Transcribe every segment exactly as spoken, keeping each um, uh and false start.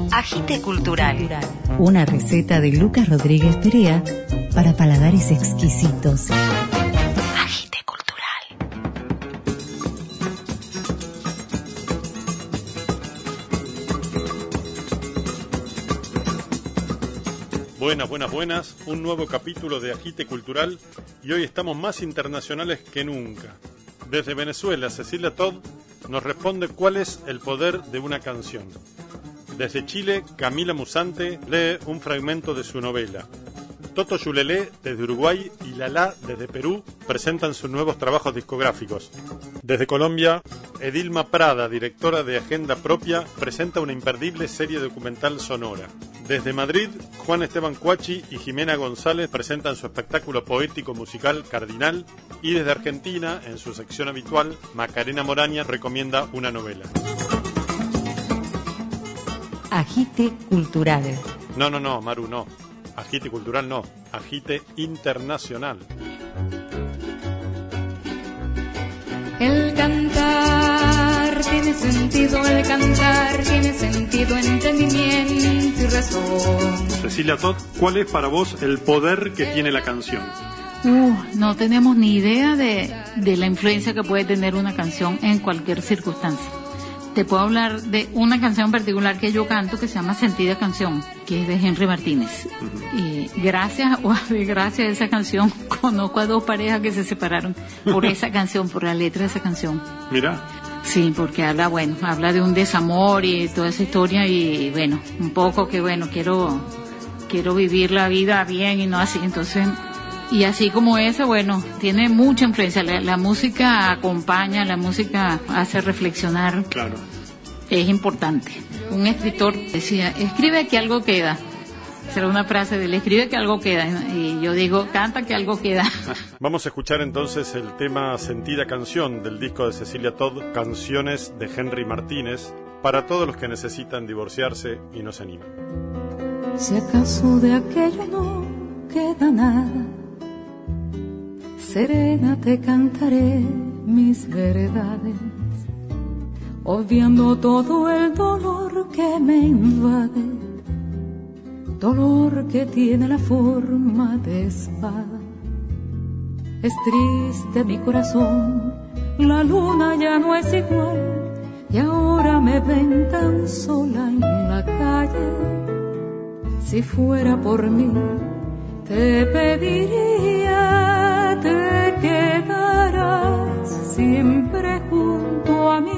Agite Cultural. Una receta de Lucas Rodríguez Perea para paladares exquisitos. Agite Cultural. Buenas, buenas, buenas. Un nuevo capítulo de Agite Cultural y hoy estamos más internacionales que nunca. Desde Venezuela, Cecilia Todd nos responde cuál es el poder de una canción. Desde Chile, Camila Musante lee un fragmento de su novela. Toto Yulelé, desde Uruguay, y Lala, desde Perú, presentan sus nuevos trabajos discográficos. Desde Colombia, Edilma Prada, directora de Agenda Propia, presenta una imperdible serie documental sonora. Desde Madrid, Juan Esteban Cuachi y Jimena González presentan su espectáculo poético musical Cardinal. Y desde Argentina, en su sección habitual, Macarena Moraña recomienda una novela. Agite Cultural. No, no, no, Maru, no. Agite Cultural no. Agite Internacional. El cantar tiene sentido, el cantar tiene sentido, entendimiento y razón. Cecilia Todd, ¿cuál es para vos el poder que tiene la canción? Uh, no tenemos ni idea de, de la influencia que puede tener una canción en cualquier circunstancia. Te puedo hablar de una canción particular que yo canto que se llama Sentida Canción, que es de Henry Martínez. Uh-huh. Y gracias o gracias a esa canción conozco a dos parejas que se separaron por esa canción, por la letra de esa canción. Mira. Sí, porque habla, bueno, habla de un desamor y toda esa historia y bueno, un poco que bueno, quiero quiero vivir la vida bien y no así, entonces... Y así como esa, bueno, tiene mucha influencia. La, la música acompaña, la música hace reflexionar. Claro. Es importante. Un escritor decía, escribe que algo queda. Será una frase de él, escribe que algo queda. Y yo digo, canta que algo queda. Vamos a escuchar entonces el tema Sentida Canción del disco de Cecilia Todd, Canciones de Henry Martínez, para todos los que necesitan divorciarse y no se animan. Si acaso de aquello no queda nada, serena te cantaré mis verdades, obviando todo el dolor que me invade, dolor que tiene la forma de espada. Es triste mi corazón, la luna ya no es igual, y ahora me ven tan sola en la calle. Si fuera por mí, te pediría, te quedarás siempre junto a mí.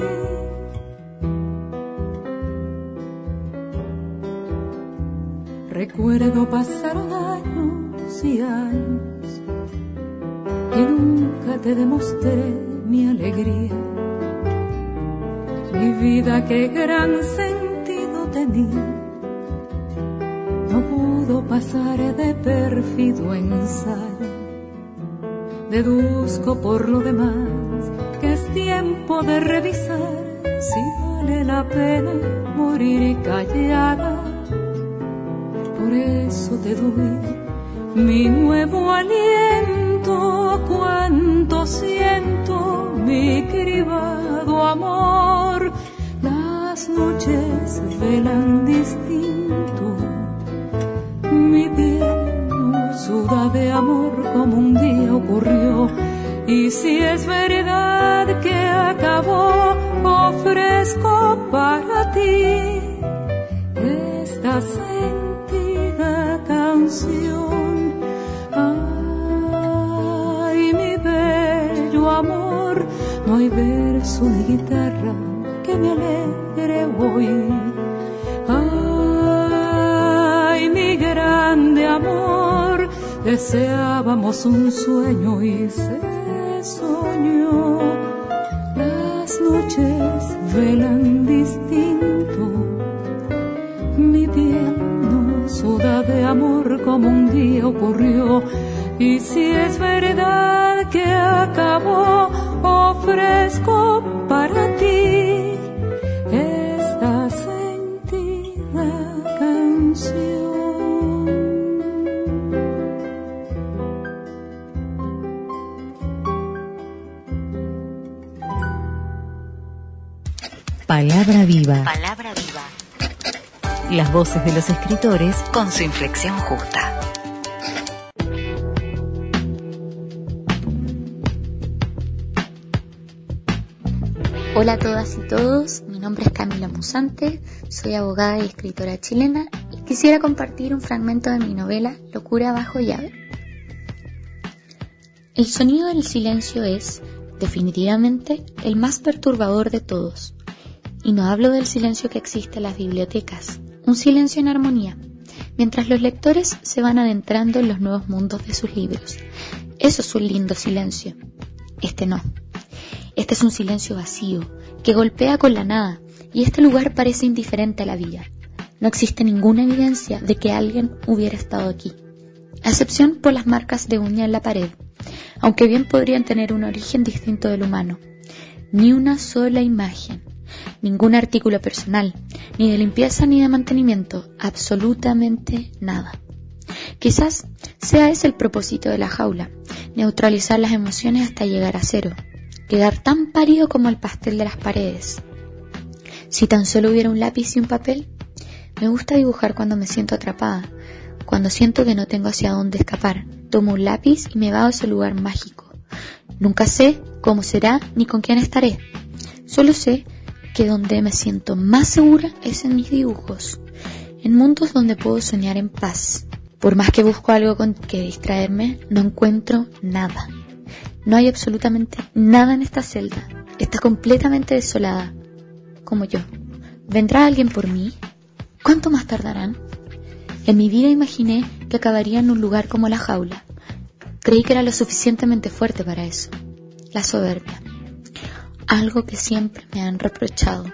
Recuerdo pasaron años y años y nunca te demostré mi alegría. Mi vida qué gran sentido tenía, no pudo pasar de pérfido ensayo. Deduzco por lo demás que es tiempo de revisar si vale la pena morir callada. Por eso te doy mi nuevo aliento, cuánto siento mi cribado amor. Las noches velan distinto, mi piel no suda de amor como un día ocurrió. Y si es verdad que acabó, ofrezco para ti esta sentida canción. Ay, mi bello amor, no hay verso ni guitarra que me alegre hoy. Ay, mi grande amor, deseábamos un sueño y se soñó. Las noches velan distinto, mi piel no suda de amor como un día ocurrió. Y si es verdad que acabó, ofrezco para ti esta sentida canción. Palabra viva. Palabra viva. Las voces de los escritores con su inflexión justa. Hola a todas y todos, mi nombre es Camila Musante, soy abogada y escritora chilena y quisiera compartir un fragmento de mi novela Locura bajo llave. El sonido del silencio es, definitivamente, el más perturbador de todos. Y no hablo del silencio que existe en las bibliotecas, un silencio en armonía, mientras los lectores se van adentrando en los nuevos mundos de sus libros. Eso es un lindo silencio. Este no. Este es un silencio vacío, que golpea con la nada, y este lugar parece indiferente a la vida. No existe ninguna evidencia de que alguien hubiera estado aquí, a excepción por las marcas de uña en la pared, aunque bien podrían tener un origen distinto del humano. Ni una sola imagen, ningún artículo personal, ni de limpieza ni de mantenimiento, absolutamente nada. Quizás sea ese el propósito de la jaula, neutralizar las emociones hasta llegar a cero. Quedar tan pálido como el pastel de las paredes. Si tan solo hubiera un lápiz y un papel, me gusta dibujar cuando me siento atrapada, cuando siento que no tengo hacia dónde escapar. Tomo un lápiz y me vado a ese lugar mágico. Nunca sé cómo será ni con quién estaré. Solo sé que donde me siento más segura es en mis dibujos, en mundos donde puedo soñar en paz. Por más que busco algo con que distraerme, no encuentro nada. No hay absolutamente nada en esta celda. Está completamente desolada, como yo. ¿Vendrá alguien por mí? ¿Cuánto más tardarán? En mi vida imaginé que acabaría en un lugar como la jaula. Creí que era lo suficientemente fuerte para eso. La soberbia. Algo que siempre me han reprochado.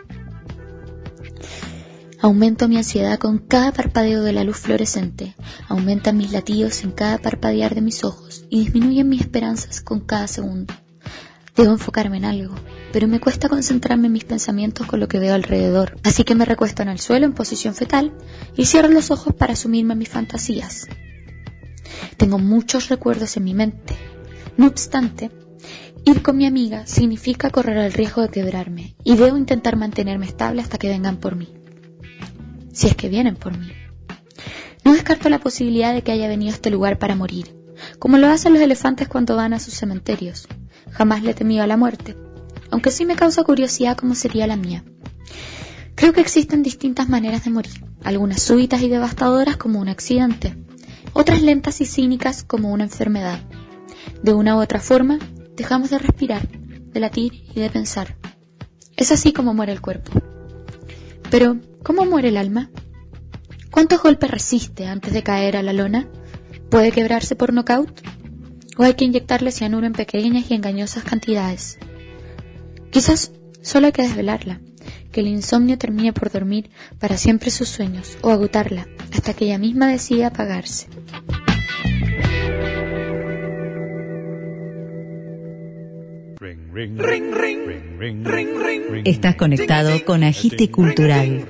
Aumento mi ansiedad con cada parpadeo de la luz fluorescente, aumentan mis latidos en cada parpadear de mis ojos y disminuyen mis esperanzas con cada segundo. Debo enfocarme en algo, pero me cuesta concentrarme en mis pensamientos con lo que veo alrededor, así que me recuesto en el suelo en posición fetal y cierro los ojos para sumirme en mis fantasías. Tengo muchos recuerdos en mi mente. No obstante, ir con mi amiga significa correr el riesgo de quebrarme y debo intentar mantenerme estable hasta que vengan por mí. Si es que vienen por mí. No descarto la posibilidad de que haya venido a este lugar para morir, como lo hacen los elefantes cuando van a sus cementerios. Jamás le he temido a la muerte, aunque sí me causa curiosidad cómo sería la mía. Creo que existen distintas maneras de morir, algunas súbitas y devastadoras como un accidente, otras lentas y cínicas como una enfermedad. De una u otra forma, dejamos de respirar, de latir y de pensar. Es así como muere el cuerpo. Pero, ¿cómo muere el alma? ¿Cuántos golpes resiste antes de caer a la lona? ¿Puede quebrarse por nocaut? ¿O hay que inyectarle cianuro en pequeñas y engañosas cantidades? Quizás solo hay que desvelarla, que el insomnio termine por dormir para siempre sus sueños, o agotarla, hasta que ella misma decida apagarse. Ring, ring, ring, ring, ring, ring, ring, ring. Estás conectado con Agite Cultural.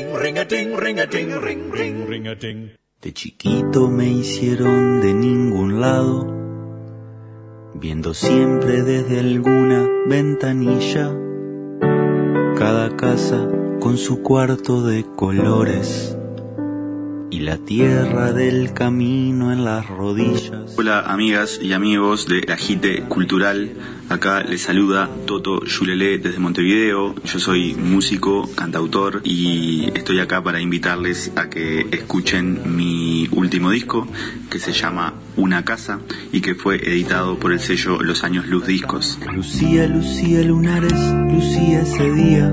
De chiquito me hicieron de ningún lado, viendo siempre desde alguna ventanilla, cada casa con su cuarto de colores y la tierra del camino en las rodillas. Hola amigas y amigos de Agite Cultural, acá les saluda Toto Yulelé desde Montevideo. Yo soy músico, cantautor y estoy acá para invitarles a que escuchen mi último disco que se llama Una Casa y que fue editado por el sello Los Años Luz Discos. Lucía, Lucía Lunares, Lucía ese día,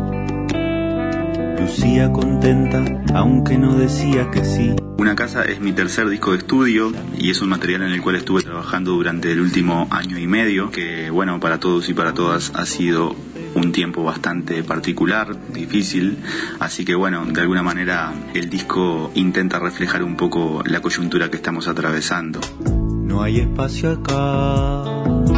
Lucía contenta, aunque no decía que sí. Una Casa es mi tercer disco de estudio y es un material en el cual estuve trabajando durante el último año y medio, que bueno, para todos y para todas ha sido un tiempo bastante particular, difícil, así que bueno, de alguna manera el disco intenta reflejar un poco la coyuntura que estamos atravesando. No hay espacio acá,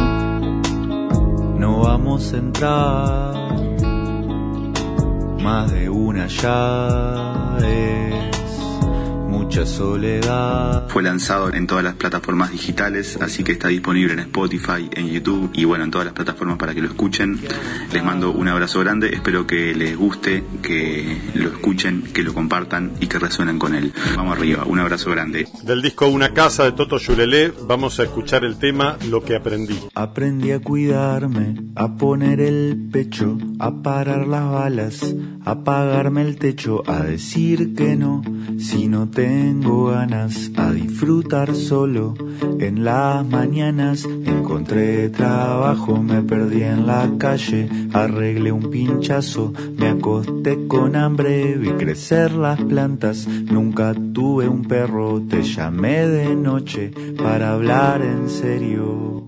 no vamos a entrar, más de una ya es mucha soledad. Fue lanzado en todas las plataformas digitales, así que está disponible en Spotify, en YouTube y bueno, en todas las plataformas para que lo escuchen. Les mando un abrazo grande, espero que les guste, que lo escuchen, que lo compartan y que resuenen con él. Vamos arriba, un abrazo grande. Del disco Una Casa de Toto Yulelé vamos a escuchar el tema Lo que aprendí. Aprendí a cuidarme, a poner el pecho, a parar las balas, a apagarme el techo, a decir que no, si no tengo ganas, a disfrutar solo. En las mañanas encontré trabajo, me perdí en la calle, arreglé un pinchazo, me acosté con hambre, vi crecer las plantas, nunca tuve un perro, te llamé de noche para hablar en serio.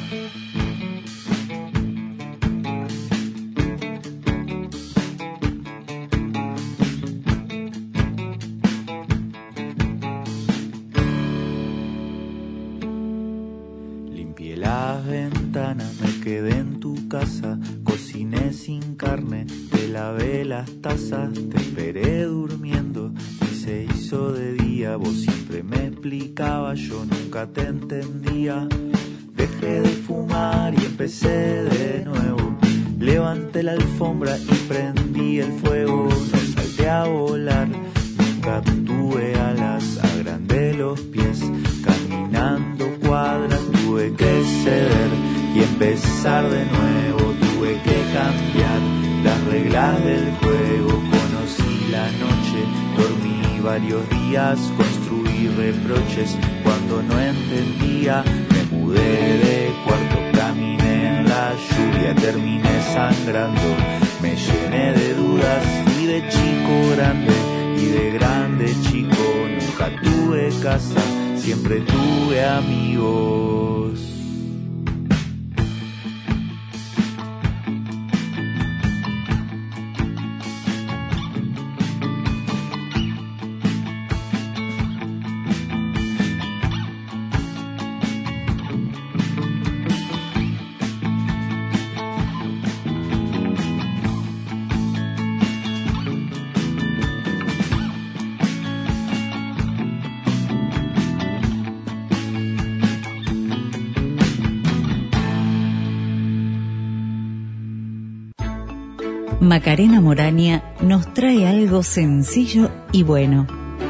Limpié las ventanas, me quedé en tu casa, cociné sin carne, te lavé las tazas, te esperé durmiendo y se hizo de día. Vos siempre me explicabas, yo nunca te entendía. Dejé de fumar y empecé de nuevo. Levanté la alfombra y prendí el fuego. No salté a volar, nunca tuve alas, agrandé los pies. Caminando cuadras tuve que ceder y empezar de nuevo. Tuve que cambiar las reglas del juego. Conocí la noche, dormí varios días, construí reproches cuando no entendía. Me mudé de cuarto, caminé en la lluvia, terminé sangrando. Me llené de dudas, fui de chico grande y de grande chico. Nunca tuve casa, siempre tuve amigos. Macarena Morania nos trae algo sencillo y bueno.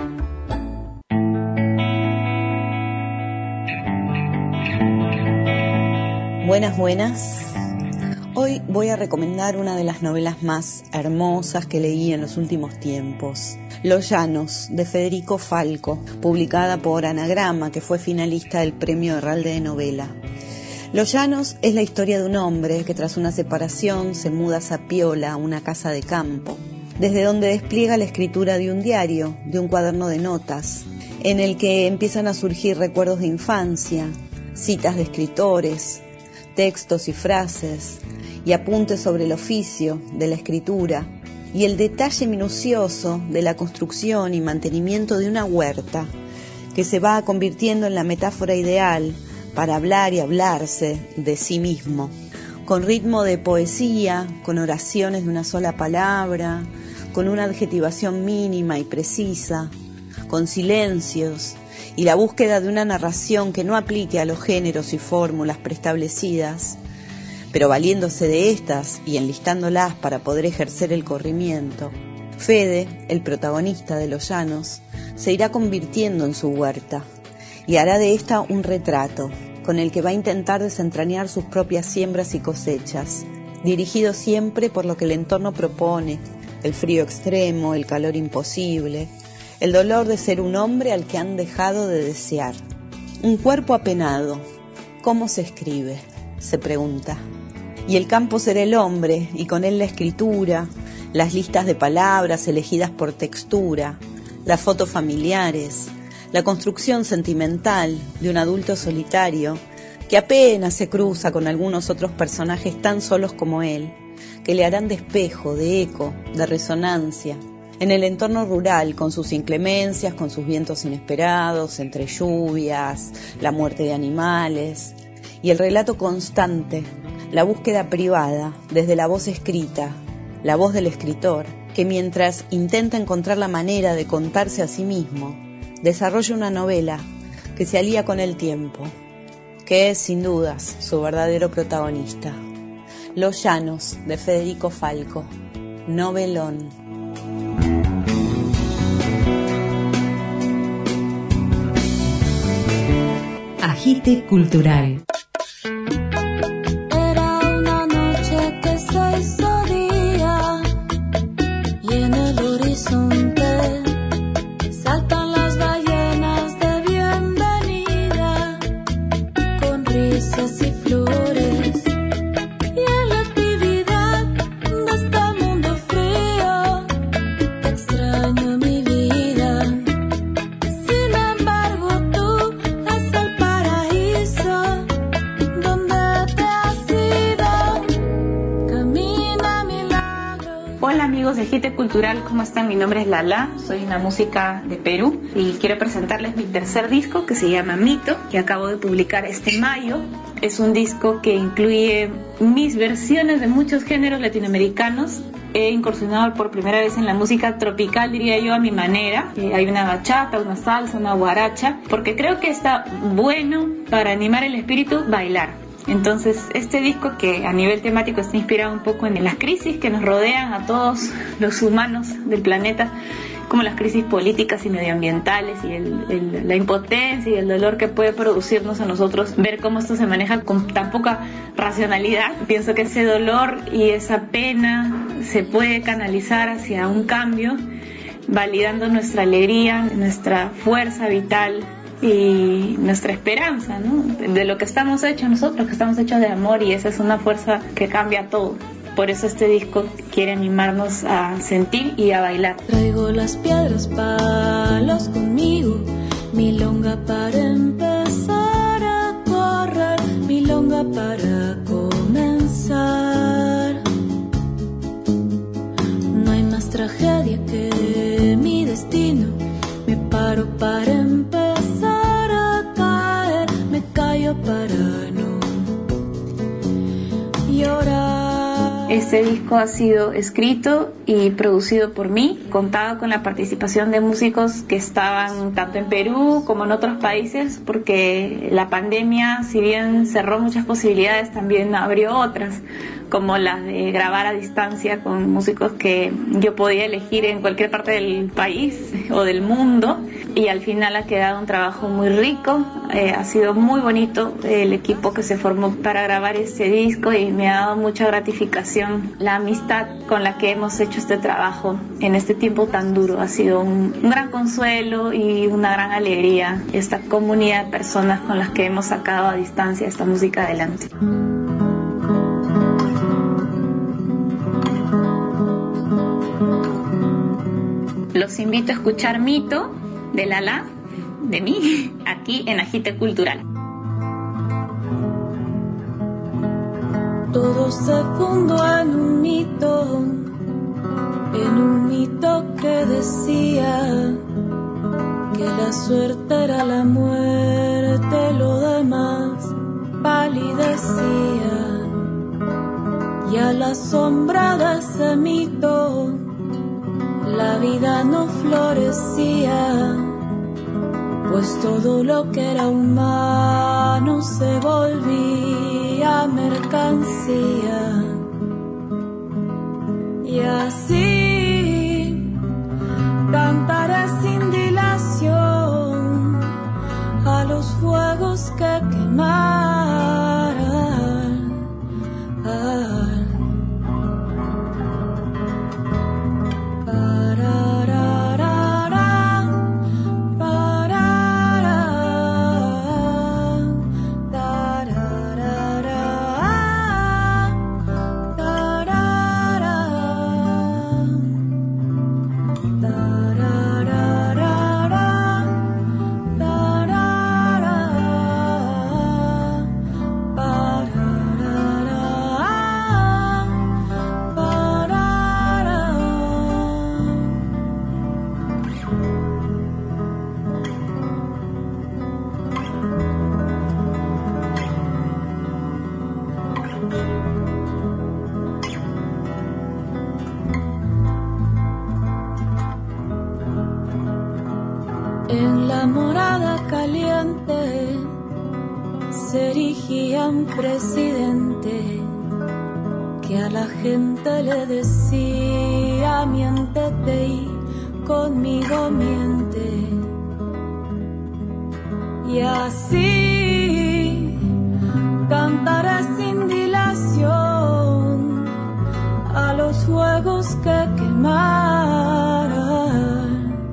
Buenas, buenas. Hoy voy a recomendar una de las novelas más hermosas que leí en los últimos tiempos. Los Llanos, de Federico Falco, publicada por Anagrama, que fue finalista del Premio Herralde de Novela. Los Llanos es la historia de un hombre que tras una separación se muda a Sapiola, a una casa de campo, desde donde despliega la escritura de un diario, de un cuaderno de notas, en el que empiezan a surgir recuerdos de infancia, citas de escritores, textos y frases, y apuntes sobre el oficio de la escritura, y el detalle minucioso de la construcción y mantenimiento de una huerta, que se va convirtiendo en la metáfora ideal para hablar y hablarse de sí mismo, con ritmo de poesía, con oraciones de una sola palabra, con una adjetivación mínima y precisa, con silencios y la búsqueda de una narración que no aplique a los géneros y fórmulas preestablecidas, pero valiéndose de estas y enlistándolas para poder ejercer el corrimiento. Fede, el protagonista de Los Llanos, se irá convirtiendo en su huerta y hará de esta un retrato, con el que va a intentar desentrañar sus propias siembras y cosechas, dirigido siempre por lo que el entorno propone, el frío extremo, el calor imposible, el dolor de ser un hombre al que han dejado de desear. Un cuerpo apenado, ¿cómo se escribe?, se pregunta. Y el campo será el hombre, y con él la escritura, las listas de palabras elegidas por textura, las fotos familiares, la construcción sentimental de un adulto solitario que apenas se cruza con algunos otros personajes tan solos como él, que le harán de espejo, de eco, de resonancia, en el entorno rural, con sus inclemencias, con sus vientos inesperados, entre lluvias, la muerte de animales, y el relato constante, la búsqueda privada, desde la voz escrita, la voz del escritor, que mientras intenta encontrar la manera de contarse a sí mismo, desarrolla una novela que se alía con el tiempo, que es sin dudas su verdadero protagonista. Los Llanos, de Federico Falco, novelón. Agite cultural. Era una noche que se hizo día y en el horizonte saltan las ballenas de bienvenida con risas y flores. Y en la actividad de este mundo frío extraño mi vida. Sin embargo, tú es el paraíso donde te has ido. Camina milagro. Hola amigos de Agite Cultural, ¿cómo están? Mi nombre es Lala, soy una música de Perú y quiero presentarles mi tercer disco que se llama Mito, que acabo de publicar este mayo. Es un disco que incluye mis versiones de muchos géneros latinoamericanos. He incursionado por primera vez en la música tropical, diría yo, a mi manera. Eh, hay una bachata, una salsa, una guaracha, porque creo que está bueno para animar el espíritu bailar. Entonces, este disco, que a nivel temático está inspirado un poco en las crisis que nos rodean a todos los humanos del planeta, como las crisis políticas y medioambientales y el, el, la impotencia y el dolor que puede producirnos a nosotros ver cómo esto se maneja con tan poca racionalidad. Pienso que ese dolor y esa pena se puede canalizar hacia un cambio, validando nuestra alegría, nuestra fuerza vital y nuestra esperanza, ¿no? De lo que estamos hechos nosotros, que estamos hechos de amor, y esa es una fuerza que cambia todo. Por eso este disco quiere animarnos a sentir y a bailar. Traigo las piedras, palos conmigo, milonga para empezar a correr, milonga para comenzar. No hay más tragedia que mi destino. Me paro para empezar a caer, me callo para no llorar. Este disco ha sido escrito y producido por mí, contado con la participación de músicos que estaban tanto en Perú como en otros países, porque la pandemia, si bien cerró muchas posibilidades, también abrió otras, como las de grabar a distancia con músicos que yo podía elegir en cualquier parte del país o del mundo, y al final ha quedado un trabajo muy rico. Eh, ha sido muy bonito el equipo que se formó para grabar este disco, y me ha dado mucha gratificación la amistad con la que hemos hecho este trabajo en este tiempo tan duro. Ha sido un, un gran consuelo y una gran alegría esta comunidad de personas con las que hemos sacado a distancia esta música adelante. Los invito a escuchar Mito, de Lala, de mí, aquí en Agite Cultural. Todo se fundó en un mito, en un mito que decía que la suerte era la muerte, lo demás palidecía. Y a la sombra de ese mito la vida no florecía, pues todo lo que era humano se volvía mercancía. Y así cantaré sin dilación a los fuegos que quemarán. Ah. En la morada caliente se erigía un presidente que a la gente le decía: miéntete y conmigo miente. Y así cantaré sin dilación a los fuegos que quemarán.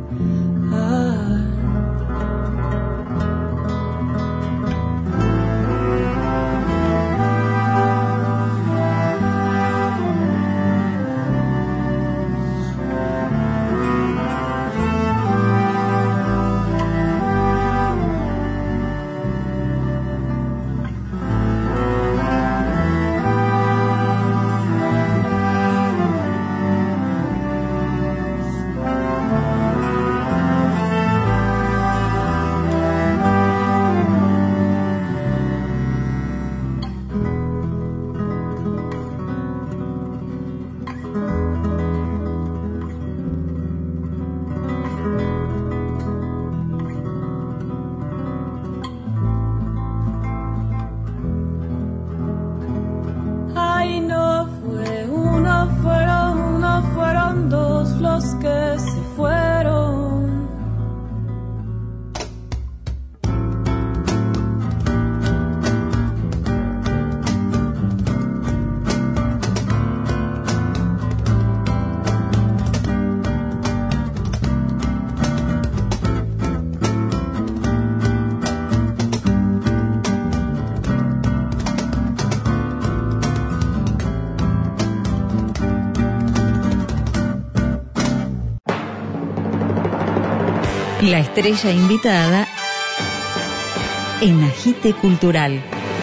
La estrella invitada en Agite Cultural.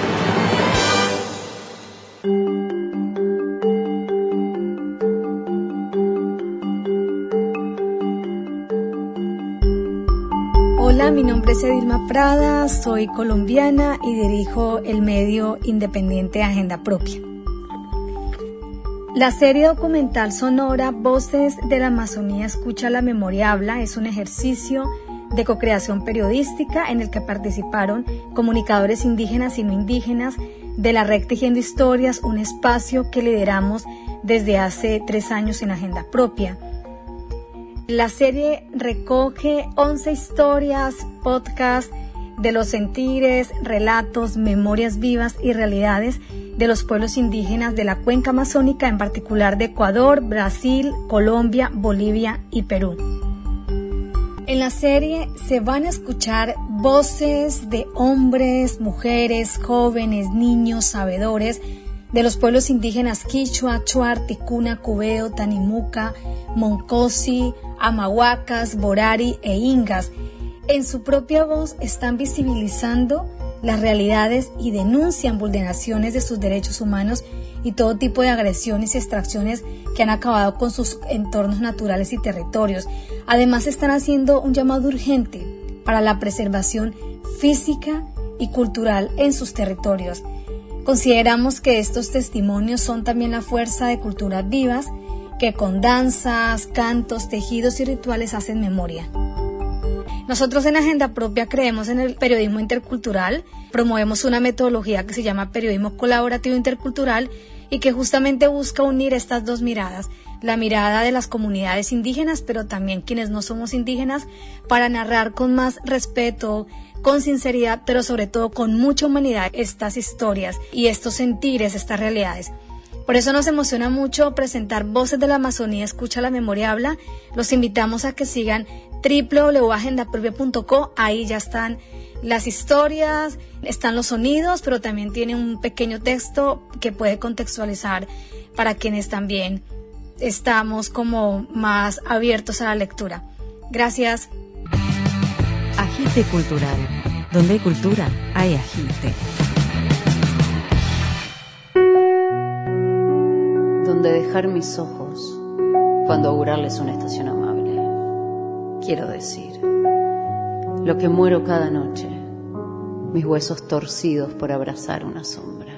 Hola, mi nombre es Edilma Prada, soy colombiana y dirijo el medio independiente Agenda Propia. La serie documental sonora Voces de la Amazonía Escucha la Memoria Habla es un ejercicio de co-creación periodística en el que participaron comunicadores indígenas y no indígenas de la red Tejiendo Historias, un espacio que lideramos desde hace tres años en Agenda Propia. La serie recoge once historias, podcasts de los sentires, relatos, memorias vivas y realidades de los pueblos indígenas de la cuenca amazónica, en particular de Ecuador, Brasil, Colombia, Bolivia y Perú. En la serie se van a escuchar voces de hombres, mujeres, jóvenes, niños, sabedores de los pueblos indígenas Quichua, Chuar, Ticuna, Cubeo, Tanimuca, Moncosi, Amahuacas, Borari e Ingas. En su propia voz están visibilizando las realidades y denuncian vulneraciones de sus derechos humanos y todo tipo de agresiones y extracciones que han acabado con sus entornos naturales y territorios. Además, están haciendo un llamado urgente para la preservación física y cultural en sus territorios. Consideramos que estos testimonios son también la fuerza de culturas vivas que con danzas, cantos, tejidos y rituales hacen memoria. Nosotros en Agenda Propia creemos en el periodismo intercultural, promovemos una metodología que se llama periodismo colaborativo intercultural y que justamente busca unir estas dos miradas, la mirada de las comunidades indígenas, pero también quienes no somos indígenas, para narrar con más respeto, con sinceridad, pero sobre todo con mucha humanidad estas historias y estos sentires, estas realidades. Por eso nos emociona mucho presentar Voces de la Amazonía Escucha la Memoria Habla. Los invitamos a que sigan doble u doble u doble u punto agenda propia punto co. Ahí ya están las historias, están los sonidos, pero también tiene un pequeño texto que puede contextualizar para quienes también estamos como más abiertos a la lectura. Gracias. Agite Cultural. Donde hay cultura, hay agite. Donde dejar mis ojos cuando augurarles una estación amable. Quiero decir, lo que muero cada noche, mis huesos torcidos por abrazar una sombra.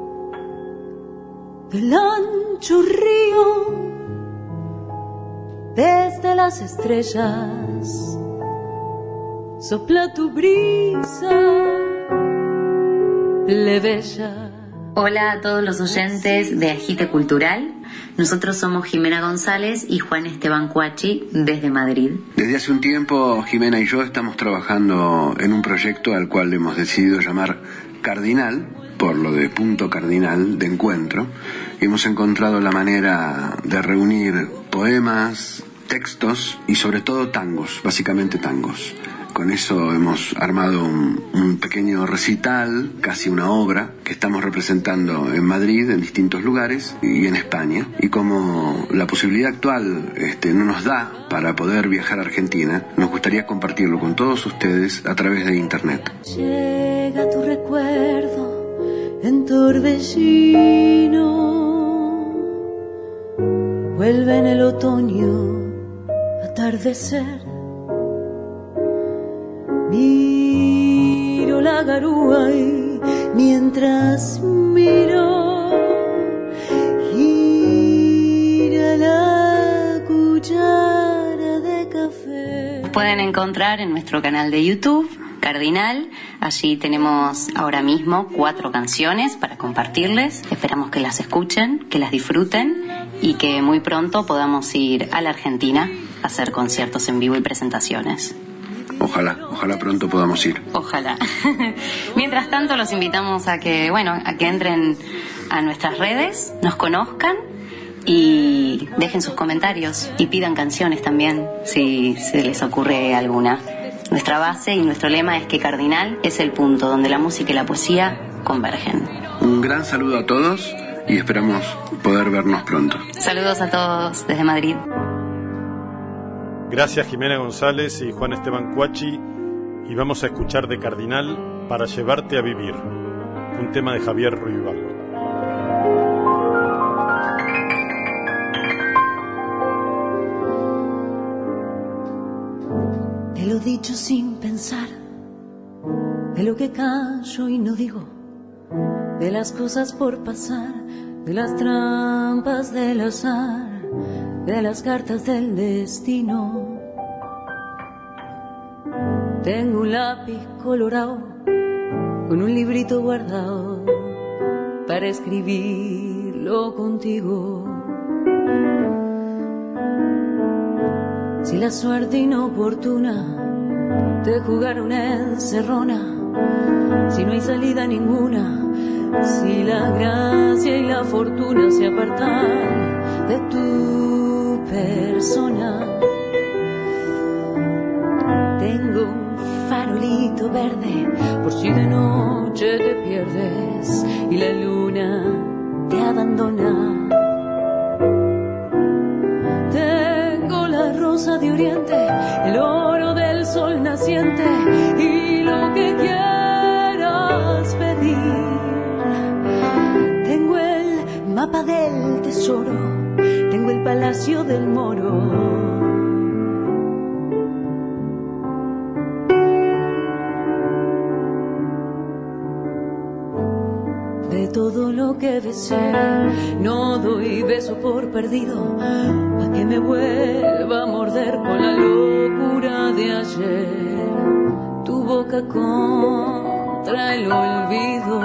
Del ancho río desde las estrellas. Sopla tu brisa, plebeya. Hola a todos los oyentes de Agite Cultural. Nosotros somos Jimena González y Juan Esteban Cuachi desde Madrid. Desde hace un tiempo Jimena y yo estamos trabajando en un proyecto al cual hemos decidido llamar Cardinal, por lo de punto cardinal de encuentro, y hemos encontrado la manera de reunir poemas, textos y sobre todo tangos, básicamente tangos. Con eso hemos armado un, un pequeño recital, casi una obra, que estamos representando en Madrid, en distintos lugares, y en España. Y como la posibilidad actual este, no nos da para poder viajar a Argentina, nos gustaría compartirlo con todos ustedes a través de Internet. Llega tu recuerdo en torbellino, vuelve en el otoño atardecer. Miro la garúa y mientras miro gira la cuchara de café. Nos pueden encontrar en nuestro canal de YouTube, Cardinal. Allí tenemos ahora mismo cuatro canciones para compartirles. Esperamos que las escuchen, que las disfruten y que muy pronto podamos ir a la Argentina a hacer conciertos en vivo y presentaciones. Ojalá, ojalá pronto podamos ir. Ojalá. Mientras tanto, los invitamos a que, bueno, a que entren a nuestras redes, nos conozcan y dejen sus comentarios y pidan canciones también, si se les ocurre alguna. Nuestra base y nuestro lema es que Cardinal es el punto donde la música y la poesía convergen. Un gran saludo a todos y esperamos poder vernos pronto. Saludos a todos desde Madrid. Gracias Jimena González y Juan Esteban Cuachi, y vamos a escuchar de Cardinal Para llevarte a vivir, un tema de Javier Ruibal. Te lo dicho sin pensar, de lo que callo y no digo, de las cosas por pasar, de las trampas del azar, de las cartas del destino. Tengo un lápiz colorado con un librito guardado para escribirlo contigo. Si la suerte inoportuna te jugaron encerrona, si no hay salida ninguna, si la gracia y la fortuna se apartan de tu persona. Tengo un farolito verde por si de noche te pierdes y la luna te abandona. Tengo la rosa de oriente, el oro del sol naciente y lo que quieras pedir. Tengo el mapa del tesoro, tengo el palacio del moro. De todo lo que besé, no doy beso por perdido, pa' que me vuelva a morder con la locura de ayer. Tu boca contra el olvido,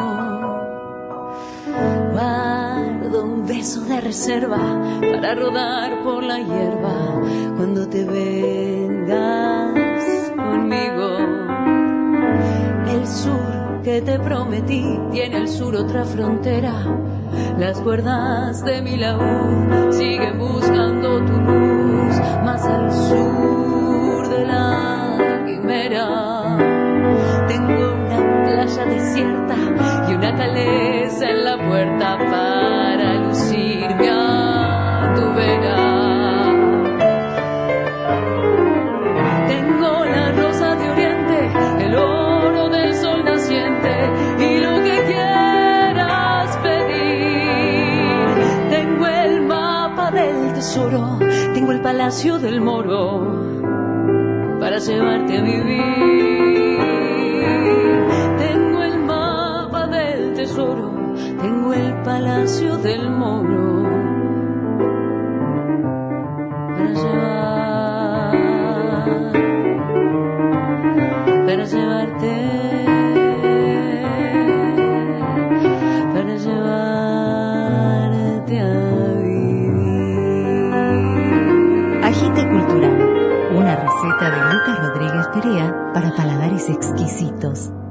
guardo un beso de reserva para rodar por la hierba cuando te vengas conmigo. El sur que te prometí tiene al sur otra frontera. Las cuerdas de mi laúd siguen buscando tu luz más al sur de la quimera. Tengo una playa desierta y una caleza en la puerta para lucirme a tu vera. Tengo la rosa de oriente, el oro del sol naciente y lo que quieras pedir. Tengo el mapa del tesoro, tengo el palacio del moro para llevarte a vivir. Tengo el mapa del tesoro, tengo el palacio del moro para llevarte. Cultural, una receta de Lucas Rodríguez Perea para paladares exquisitos.